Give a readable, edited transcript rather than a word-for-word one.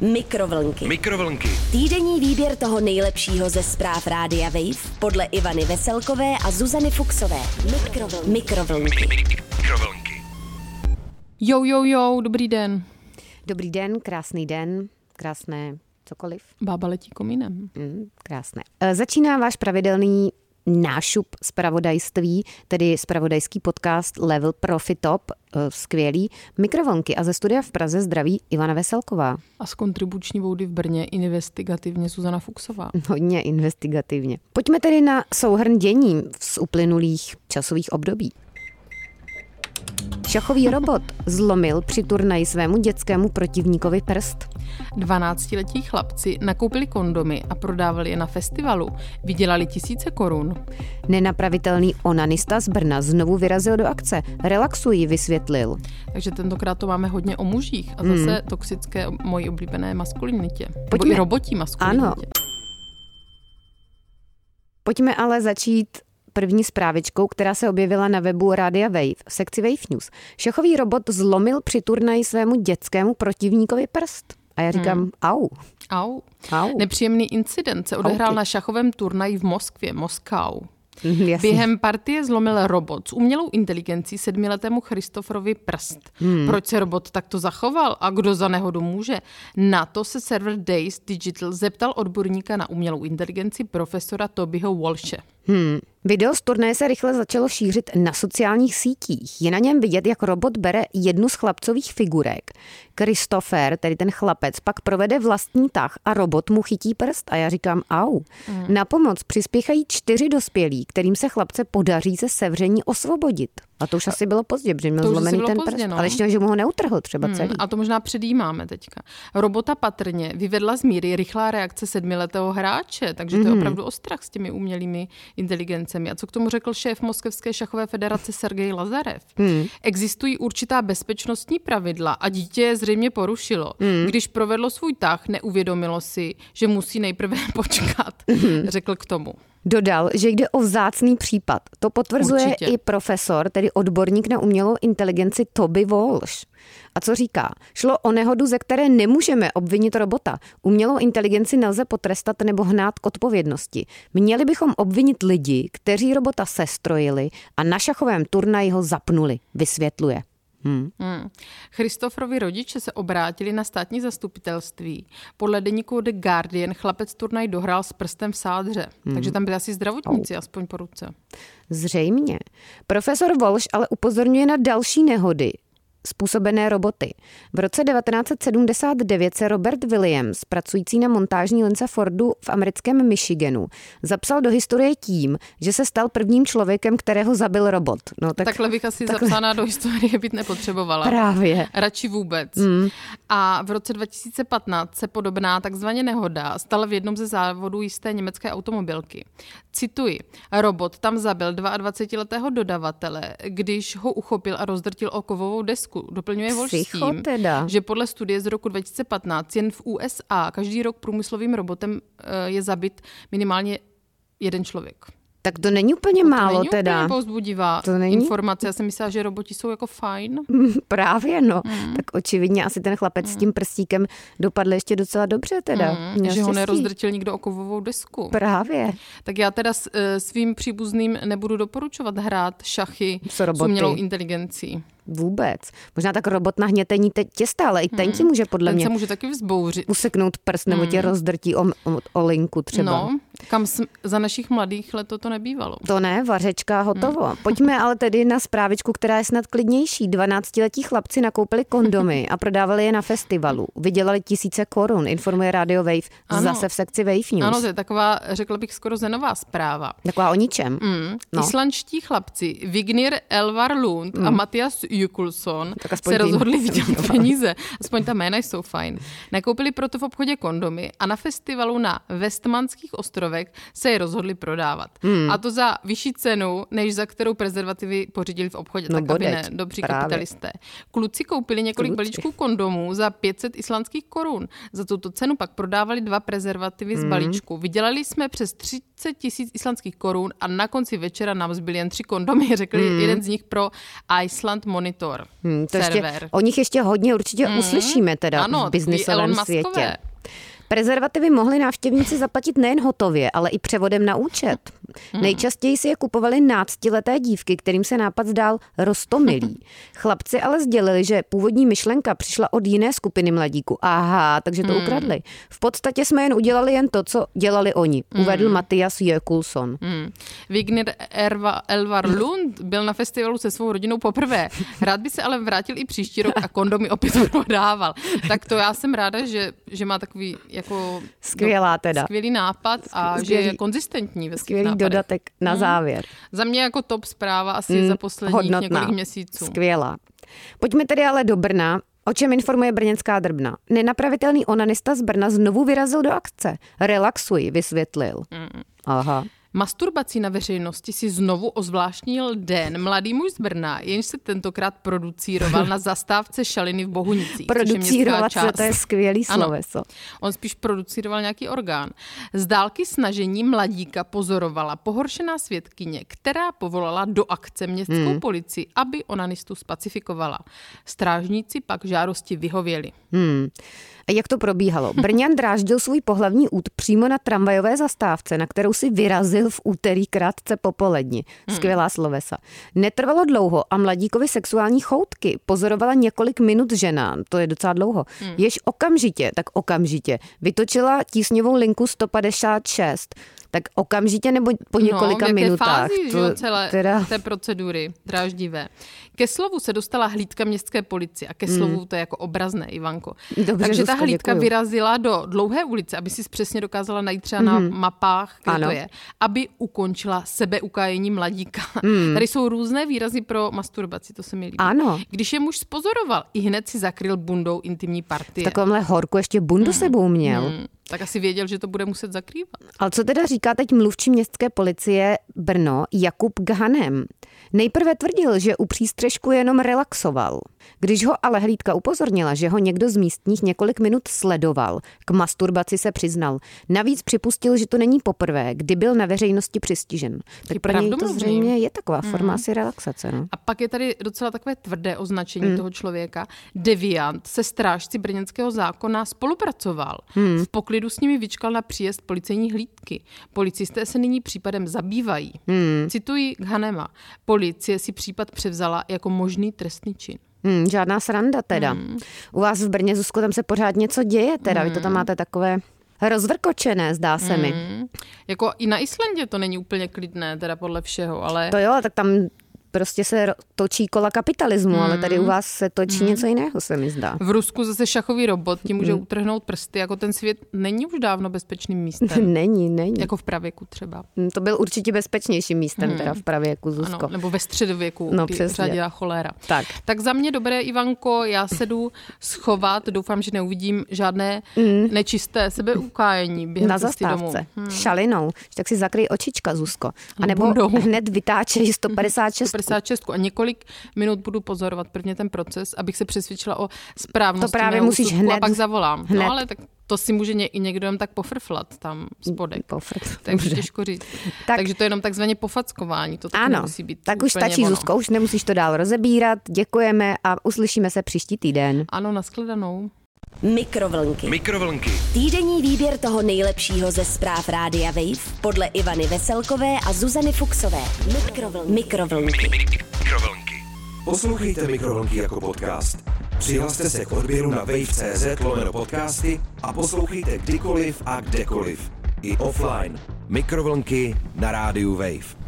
Mikrovlnky. Týdenní výběr toho nejlepšího ze zpráv Rádia Wave podle Ivany Veselkové a Zuzany Fuxové. Mikrovlnky. Jo, dobrý den. Dobrý den, krásný den, krásné cokoliv. Bába letí komínem. Krásné. Začíná váš pravidelný nášup zpravodajství, tedy zpravodajský podcast Level Profitop, skvělý, Mikrovlnky, a ze studia v Praze zdraví Ivana Veselková. A z kontribuční voudy v Brně investigativně Zuzana Fuxová. Hodně investigativně. Pojďme tedy na souhrn dění z uplynulých časových období. Šachový robot zlomil při turnaji svému dětskému protivníkovi prst. 12letí chlapci nakoupili kondomy a prodávali je na festivalu. Vydělali tisíce korun. Nenapravitelný onanista z Brna znovu vyrazil do akce. Relaxuji, vysvětlil. Takže tentokrát to máme hodně o mužích a zase toxické mojí oblíbené maskulinitě. Pojďme. Nebo i robotí maskulinitě. Ano. Pojďme ale začít první zprávičkou, která se objevila na webu Rádia Wave v sekci Wave News. Šachový robot zlomil při turnaji svému dětskému protivníkovi prst. A já říkám, au. Nepříjemný incident se odehrál na šachovém turnaji v Moskvě, Moskau. Jasně. Během partie zlomil robot s umělou inteligencí 7letému Christopherovi prst. Proč se robot takto zachoval a kdo za nehodu může? Na to se server Days Digital zeptal odborníka na umělou inteligenci profesora Tobyho Walshe. Video z turnaje se rychle začalo šířit na sociálních sítích. Je na něm vidět, jak robot bere jednu z chlapcových figurek. Christopher, tedy ten chlapec, pak provede vlastní tah a robot mu chytí prst a já říkám au. Na pomoc přispěchají 4 dospělí, kterým se chlapce podaří ze sevření osvobodit. A to už asi bylo pozdě, protože měl zlomený ten prst. No. Ale ještě, že mu ho neutrhl třeba celý. A to možná předjímáme teďka. Robota patrně vyvedla z míry rychlá reakce 7letého hráče, takže to je opravdu ostrach s těmi umělými inteligencemi. A co k tomu řekl šéf Moskevské šachové federace Sergej Lazarev? Existují určitá bezpečnostní pravidla a dítě je zřejmě porušilo. Když provedlo svůj tah, neuvědomilo si, že musí nejprve počkat, řekl k tomu. Dodal, že jde o vzácný případ. To potvrzuje Určitě. i profesor, tedy odborník na umělou inteligenci Toby Walsh. A co říká? Šlo o nehodu, ze které nemůžeme obvinit robota. Umělou inteligenci nelze potrestat nebo hnát k odpovědnosti. Měli bychom obvinit lidi, kteří robota sestrojili a na šachovém turnaji ho zapnuli, vysvětluje. Christopherovi rodiče se obrátili na státní zastupitelství. Podle deníku The Guardian chlapec turnaj dohrál s prstem v sádře. Takže tam byli asi zdravotníci, aspoň po ruce. Zřejmě. Profesor Walsh ale upozorňuje na další nehody způsobené roboty. V roce 1979 se Robert Williams, pracující na montážní lince Fordu v americkém Michiganu, zapsal do historie tím, že se stal prvním člověkem, kterého zabil robot. No, Takhle bych asi zapsaná do historie být nepotřebovala. Právě. Radši vůbec. A v roce 2015 se podobná takzvaně nehoda stala v jednom ze závodů jisté německé automobilky. Cituji, robot tam zabil 22letého dodavatele, když ho uchopil a rozdrtil o kovovou desku. Doplňuje Walsh s tím, že podle studie z roku 2015 jen v USA každý rok průmyslovým robotem je zabit minimálně 1 člověk. Tak to není úplně málo není teda. Úplně povzbudivá informace. Já jsem myslela, že roboti jsou jako fajn. Právě no. Tak očividně asi ten chlapec s tím prstíkem dopadl ještě docela dobře teda. Že ho nerozdrtil nikdo o kovovou desku. Právě. Tak já teda svým příbuzným nebudu doporučovat hrát šachy s umělou inteligencí. Vůbec. Možná tak robot na hnětení těsta, ale i ten ti může podle mě se může taky vzbouřit. Useknout prst nebo tě rozdrtí o linku třeba. No, kam za našich mladých let to nebývalo. To ne, vařečka, hotovo. Pojďme ale tedy na zprávičku, která je snad klidnější. 12letí chlapci nakoupili kondomy a prodávali je na festivalu. Vydělali tisíce korun, informuje Radio Wave, zase v sekci Wave News. Ano, to je taková, řekla bych, skoro zenová zpráva. Taková o ničem. No. Islandští chlapci Vignir Elvar Lund a Mattias Jökulsson se rozhodli vydělat peníze. Aspoň ta jména jsou fajn. Nakoupili proto v obchodě kondomy a na festivalu na Vestmanských ostrovech se je rozhodli prodávat. A to za vyšší cenu, než za kterou prezervativy pořídili v obchodě. No tak aby ne, dobří kapitalisté. Kluci koupili několik balíčků kondomů za 500 islandských korun. Za tuto cenu pak prodávali 2 prezervativy z balíčku. Vydělali jsme přes 000 islandských korun a na konci večera nám zbyly jen 3 kondomy, řekl jeden z nich pro Iceland Monitor server. O nich ještě hodně určitě uslyšíme teda v biznisovém světě. Prezervativy mohli návštěvníci zaplatit nejen hotově, ale i převodem na účet. Nejčastěji si je kupovaly náctileté dívky, kterým se nápad zdál roztomilý. Chlapci ale sdělili, že původní myšlenka přišla od jiné skupiny mladíků. Aha, takže to ukradli. V podstatě jsme jen udělali jen to, co dělali oni, uvedl Mattias Jökulsson. Vignir Elvar Lund byl na festivalu se svou rodinou poprvé. Rád by se ale vrátil i příští rok a kondomy opět prodával. Tak to já jsem ráda, že má takový jako skvělý nápad a že je konzistentní ve svých nápadech. Dodatek na závěr. Za mě jako top zpráva asi za posledních několik měsíců. Skvělá. Pojďme tedy ale do Brna. O čem informuje brněnská Drbna? Nenapravitelný onanista z Brna znovu vyrazil do akce. Relaxuj, vysvětlil. Aha. Masturbací na veřejnosti si znovu ozvláštnil den mladý muž z Brna, jenž se tentokrát producíroval na zastávce Šaliny v Bohunicích. Producírovat se, to je skvělý sloveso. On spíš producíroval nějaký orgán. Z dálky snažení mladíka pozorovala pohoršená svědkyně, která povolala do akce městskou policii, aby onanistu spacifikovala. Strážníci pak žádosti vyhověli. A jak to probíhalo? Brňan dráždil svůj pohlavní út přímo na tramvajové zastávce, na kterou si vyrazil v úterý krátce popoledni. Skvělá slovesa. Netrvalo dlouho a mladíkovi sexuální choutky pozorovala několik minut žena, to je docela dlouho, jež okamžitě vytočila tísňovou linku 156. Tak okamžitě nebo po několika minutách? Fázi, celé té procedury dráždivé. Ke slovu se dostala hlídka městské policie a ke slovu to je jako obrazné, Ivanko. Dobře, takže Zuzka, ta hlídka děkuju. Vyrazila do dlouhé ulice, aby si přesně dokázala najít třeba na mapách, kde to je, aby ukončila sebeukájení mladíka. Tady jsou různé výrazy pro masturbaci, to se mi líbí. Ano. Když je muž spozoroval, i hned si zakryl bundou intimní partie. V takovémhle horku ještě bundu sebou měl. Tak asi věděl, že to bude muset zakrývat. Ale co teda říká teď mluvčí městské policie Brno Jakub Ghanem? Nejprve tvrdil, že u přístřežku jenom relaxoval. Když ho ale hlídka upozornila, že ho někdo z místních několik minut sledoval, k masturbaci se přiznal. Navíc připustil, že to není poprvé, kdy byl na veřejnosti přistižen. Tak pro něj to zřejmě je taková forma asi relaxace. No? A pak je tady docela takové tvrdé označení toho člověka. Deviant se strážci brněnského zákona spolupracoval. V poklidu s nimi vyčkal na příjezd policejní hlídky. Policisté se nyní případem zabývají. Cituji Ghanema. Policie si případ převzala jako možný trestný čin. Žádná sranda teda. U vás v Brně, Zuzko, tam se pořád něco děje teda. Vy to tam máte takové rozvrkočené, zdá se mi. Jako i na Islandě to není úplně klidné, teda podle všeho, ale... To jo, tak tam prostě se točí kola kapitalismu, ale tady u vás se točí něco jiného, se mi zdá. V Rusku zase šachový robot ti může utrhnout prsty, jako ten svět není už dávno bezpečným místem. Není. Jako v pravěku třeba. To byl určitě bezpečnějším místem teda v pravěku, Zuzko. Ano, nebo ve středověku, kdy řadila choléra. Tak za mě dobré, Ivanko, já se jdu schovat, doufám, že neuvidím žádné nečisté sebeukájení během na cesty domů. zastávce, šalinou, tak si zakryj očička, Zuzko. A nebo hned vytáčej 156. A několik minut budu pozorovat prvně ten proces, abych se přesvědčila o správnosti. To právě musíš hned. A pak zavolám. No ale tak to si může i někdo jen tak pofrflat tam spodek. Takže těžko říct. Takže to je jenom takzvaně pofackování. To taky nemusí být tak už stačí, Zuzko, už nemusíš to dál rozebírat. Děkujeme a uslyšíme se příští týden. Ano, nashledanou. Mikrovlnky. Týdenní výběr toho nejlepšího ze zpráv Rádia Wave podle Ivany Veselkové a Zuzany Fuksové. Mikrovlnky. Poslouchejte Mikrovlnky jako podcast. Přihlaste se k odběru na wave.cz/podcasty a poslouchejte kdykoliv a kdekoliv. I offline. Mikrovlnky na rádiu Wave.